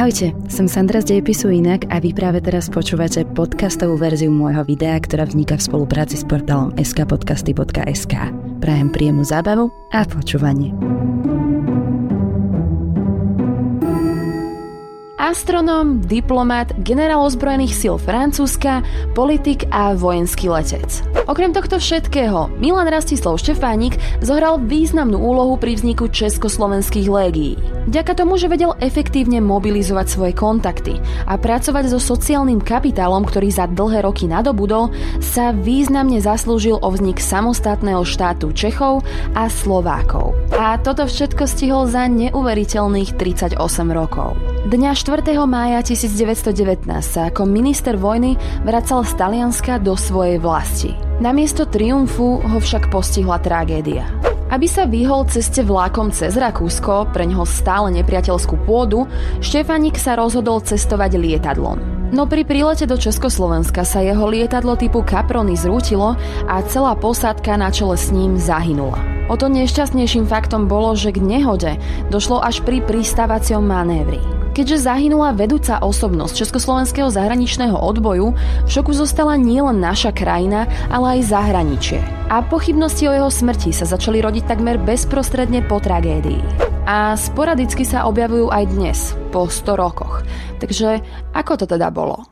Ahojte, som Sandra z Dejepisu Inak a vy práve teraz počúvate podcastovú verziu môjho videa, ktorá vzniká v spolupráci s portálom skpodcasty.sk. Prajem príjemnú zábavu a počúvanie. Astronóm, diplomat, generál ozbrojených síl Francúzska, politik a vojenský letec. Okrem tohto všetkého, Milan Rastislav Štefánik zohral významnú úlohu pri vzniku československých légií. Vďaka tomu, že vedel efektívne mobilizovať svoje kontakty a pracovať so sociálnym kapitálom, ktorý za dlhé roky nadobudol, sa významne zaslúžil o vznik samostatného štátu Čechov a Slovákov. A toto všetko stihol za neuveriteľných 38 rokov. Dňa 4. mája 1919 sa ako minister vojny vracal z Talianska do svojej vlasti. Namiesto triumfu ho však postihla tragédia. Aby sa vyhol ceste vlákom cez Rakúsko, preňho stále nepriateľskú pôdu, Štefánik sa rozhodol cestovať lietadlom. No pri prílete do Československa sa jeho lietadlo typu Caproni zrútilo a celá posádka na čele s ním zahynula. O to nešťastnejším faktom bolo, že k nehode došlo až pri pristávacom manévri. Keďže zahynula vedúca osobnosť československého zahraničného odboju, v šoku zostala nielen naša krajina, ale aj zahraničie. A pochybnosti o jeho smrti sa začali rodiť takmer bezprostredne po tragédii. A sporadicky sa objavujú aj dnes, po 100 rokoch. Takže ako to teda bolo?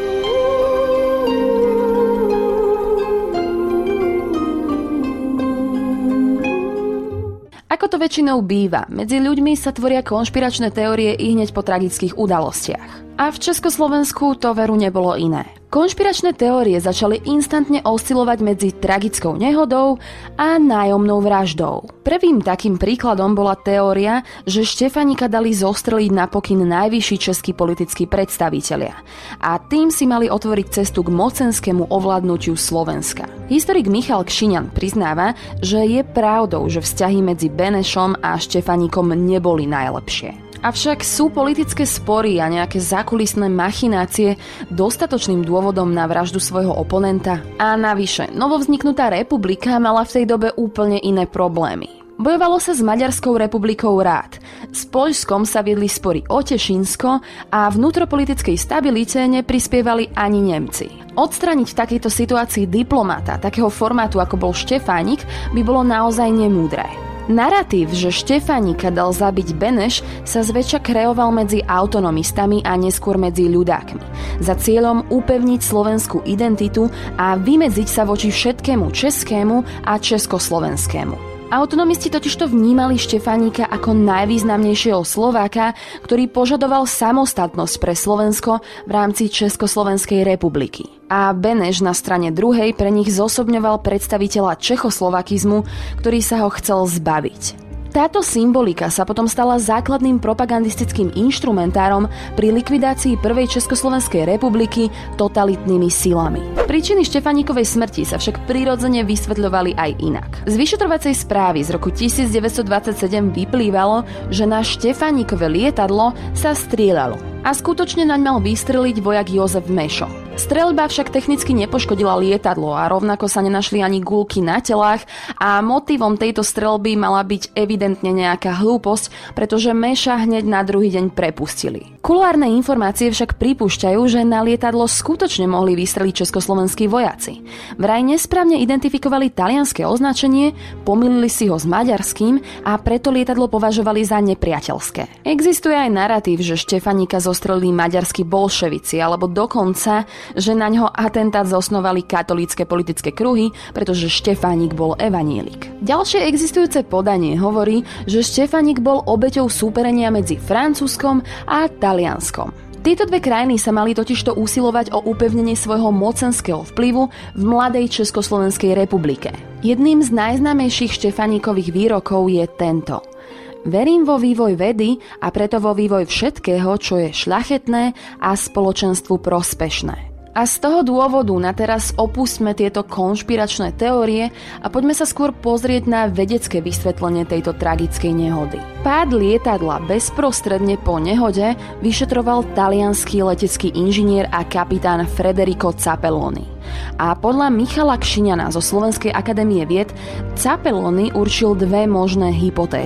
Ako to väčšinou býva, medzi ľuďmi sa tvoria konšpiračné teórie i hneď po tragických udalostiach. A v Československu to veru nebolo iné. Konšpiračné teórie začali instantne oscilovať medzi tragickou nehodou a nájomnou vraždou. Prvým takým príkladom bola teória, že Štefánika dali zostreliť na pokyn najvyšší českí politickí predstavitelia. A tým si mali otvoriť cestu k mocenskému ovládnutiu Slovenska. Historik Michal Kšiňan priznáva, že je pravdou, že vzťahy medzi Benešom a Štefánikom neboli najlepšie. Avšak sú politické spory a nejaké zákulisné machinácie dostatočným dôvodom na vraždu svojho oponenta? A navyše, novovzniknutá republika mala v tej dobe úplne iné problémy. Bojovalo sa s Maďarskou republikou rád. S Poľskom sa viedli spory o Tešínsko a vnútropolitickej stabilite neprispievali ani Nemci. Odstraniť v takejto situácii diplomata takého formátu, ako bol Štefánik, by bolo naozaj nemúdre. Naratív, že Štefánika dal zabiť Beneš, sa zväčša kreoval medzi autonomistami a neskôr medzi ľudákmi, za cieľom upevniť slovenskú identitu a vymedziť sa voči všetkému českému a československému. Autonomisti totižto vnímali Štefánika ako najvýznamnejšieho Slováka, ktorý požadoval samostatnosť pre Slovensko v rámci Československej republiky. A Beneš na strane druhej pre nich zosobňoval predstaviteľa čechoslovakizmu, ktorý sa ho chcel zbaviť. Táto symbolika sa potom stala základným propagandistickým inštrumentárom pri likvidácii prvej Československej republiky totalitnými silami. Príčiny Štefánikovej smrti sa však prirodzene vysvetľovali aj inak. Z vyšetrovacej správy z roku 1927 vyplývalo, že na Štefánikové lietadlo sa strieľalo a skutočne naň mal vystreliť vojak Jozef Mešo. Streľba však technicky nepoškodila lietadlo a rovnako sa nenašli ani guľky na telách a motivom tejto streľby mala byť evidentne nejaká hlúposť, pretože Meša hneď na druhý deň prepustili. Kulárne informácie však pripúšťajú, že na lietadlo skutočne mohli vystreliť československí vojaci. Vraj nesprávne identifikovali talianske označenie, pomýlili si ho s maďarským a preto lietadlo považovali za nepriateľské. Existuje aj naratív, že Štefánika zostrelili maďarskí bolševici, alebo dokonca, že na ňo atentát zosnovali katolícke politické kruhy, pretože Štefánik bol evanielik. Ďalšie existujúce podanie hovorí, že Štefánik bol obeťou súperenia medzi Francúzskom a Talianskom. Tieto dve krajiny sa mali totižto usilovať o upevnenie svojho mocenského vplyvu v mladej Československej republike. Jedným z najznámejších Štefánikových výrokov je tento: Verím vo vývoj vedy a preto vo vývoj všetkého, čo je šľachetné a spoločenstvu prospešné. A z toho dôvodu na teraz opustme tieto konšpiračné teórie a poďme sa skôr pozrieť na vedecké vysvetlenie tejto tragickej nehody. Pád lietadla bezprostredne po nehode vyšetroval taliansky letecký inžinier a kapitán Federico Capelloni. A podľa Michala Kšiňana zo Slovenskej akadémie vied Capelloni určil dve možné hypotézy.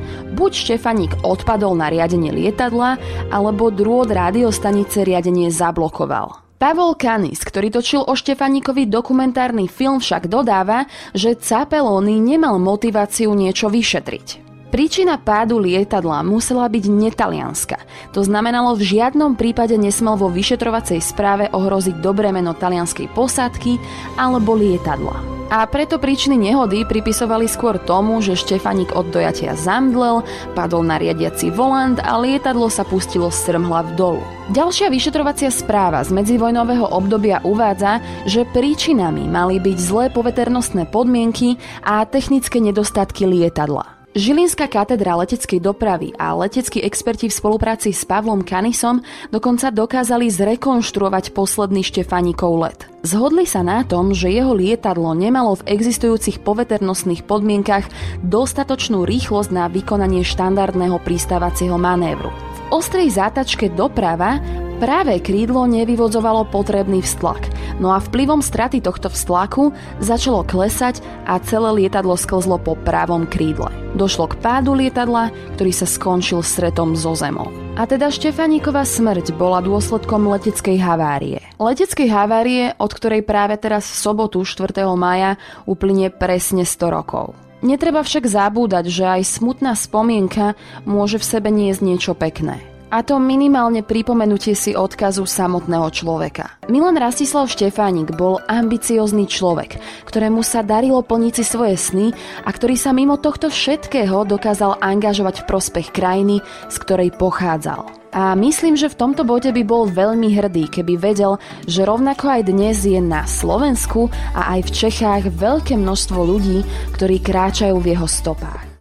Buď Štefaník odpadol na riadenie lietadla, alebo drôt rádiostanice riadenie zablokoval. Pavol Kanis, ktorý točil o Štefaníkovi dokumentárny film, však dodáva, že Capelloni nemal motiváciu niečo vyšetriť. Príčina pádu lietadla musela byť netalianska. To znamenalo, v žiadnom prípade nesmel vo vyšetrovacej správe ohroziť dobré meno talianskej posádky alebo lietadla. A preto príčiny nehody pripisovali skôr tomu, že Štefaník od dojatia zamdlel, padol na riadiaci volant a lietadlo sa pustilo strmhlav dolu. Ďalšia vyšetrovacia správa z medzivojnového obdobia uvádza, že príčinami mali byť zlé poveternostné podmienky a technické nedostatky lietadla. Žilinská katedra leteckej dopravy a leteckí experti v spolupráci s Pavlom Kanisom dokonca dokázali zrekonštruovať posledný Štefaníkov let. Zhodli sa na tom, že jeho lietadlo nemalo v existujúcich poveternostných podmienkach dostatočnú rýchlosť na vykonanie štandardného pristávacieho manévru. V ostrej zátačke doprava práve krídlo nevyvodzovalo potrebný vztlak, no a vplyvom straty tohto vztlaku začalo klesať a celé lietadlo sklzlo po pravom krídle. Došlo k pádu lietadla, ktorý sa skončil stretom so zemou. A teda Štefaníkova smrť bola dôsledkom leteckej havárie. Leteckej havárie, od ktorej práve teraz v sobotu 4. mája uplynie presne 100 rokov. Netreba však zabúdať, že aj smutná spomienka môže v sebe niesť niečo pekné. A to minimálne pripomenutie si odkazu samotného človeka. Milan Rastislav Štefánik bol ambiciózny človek, ktorému sa darilo plniť si svoje sny a ktorý sa mimo tohto všetkého dokázal angažovať v prospech krajiny, z ktorej pochádzal. A myslím, že v tomto bode by bol veľmi hrdý, keby vedel, že rovnako aj dnes je na Slovensku a aj v Čechách veľké množstvo ľudí, ktorí kráčajú v jeho stopách.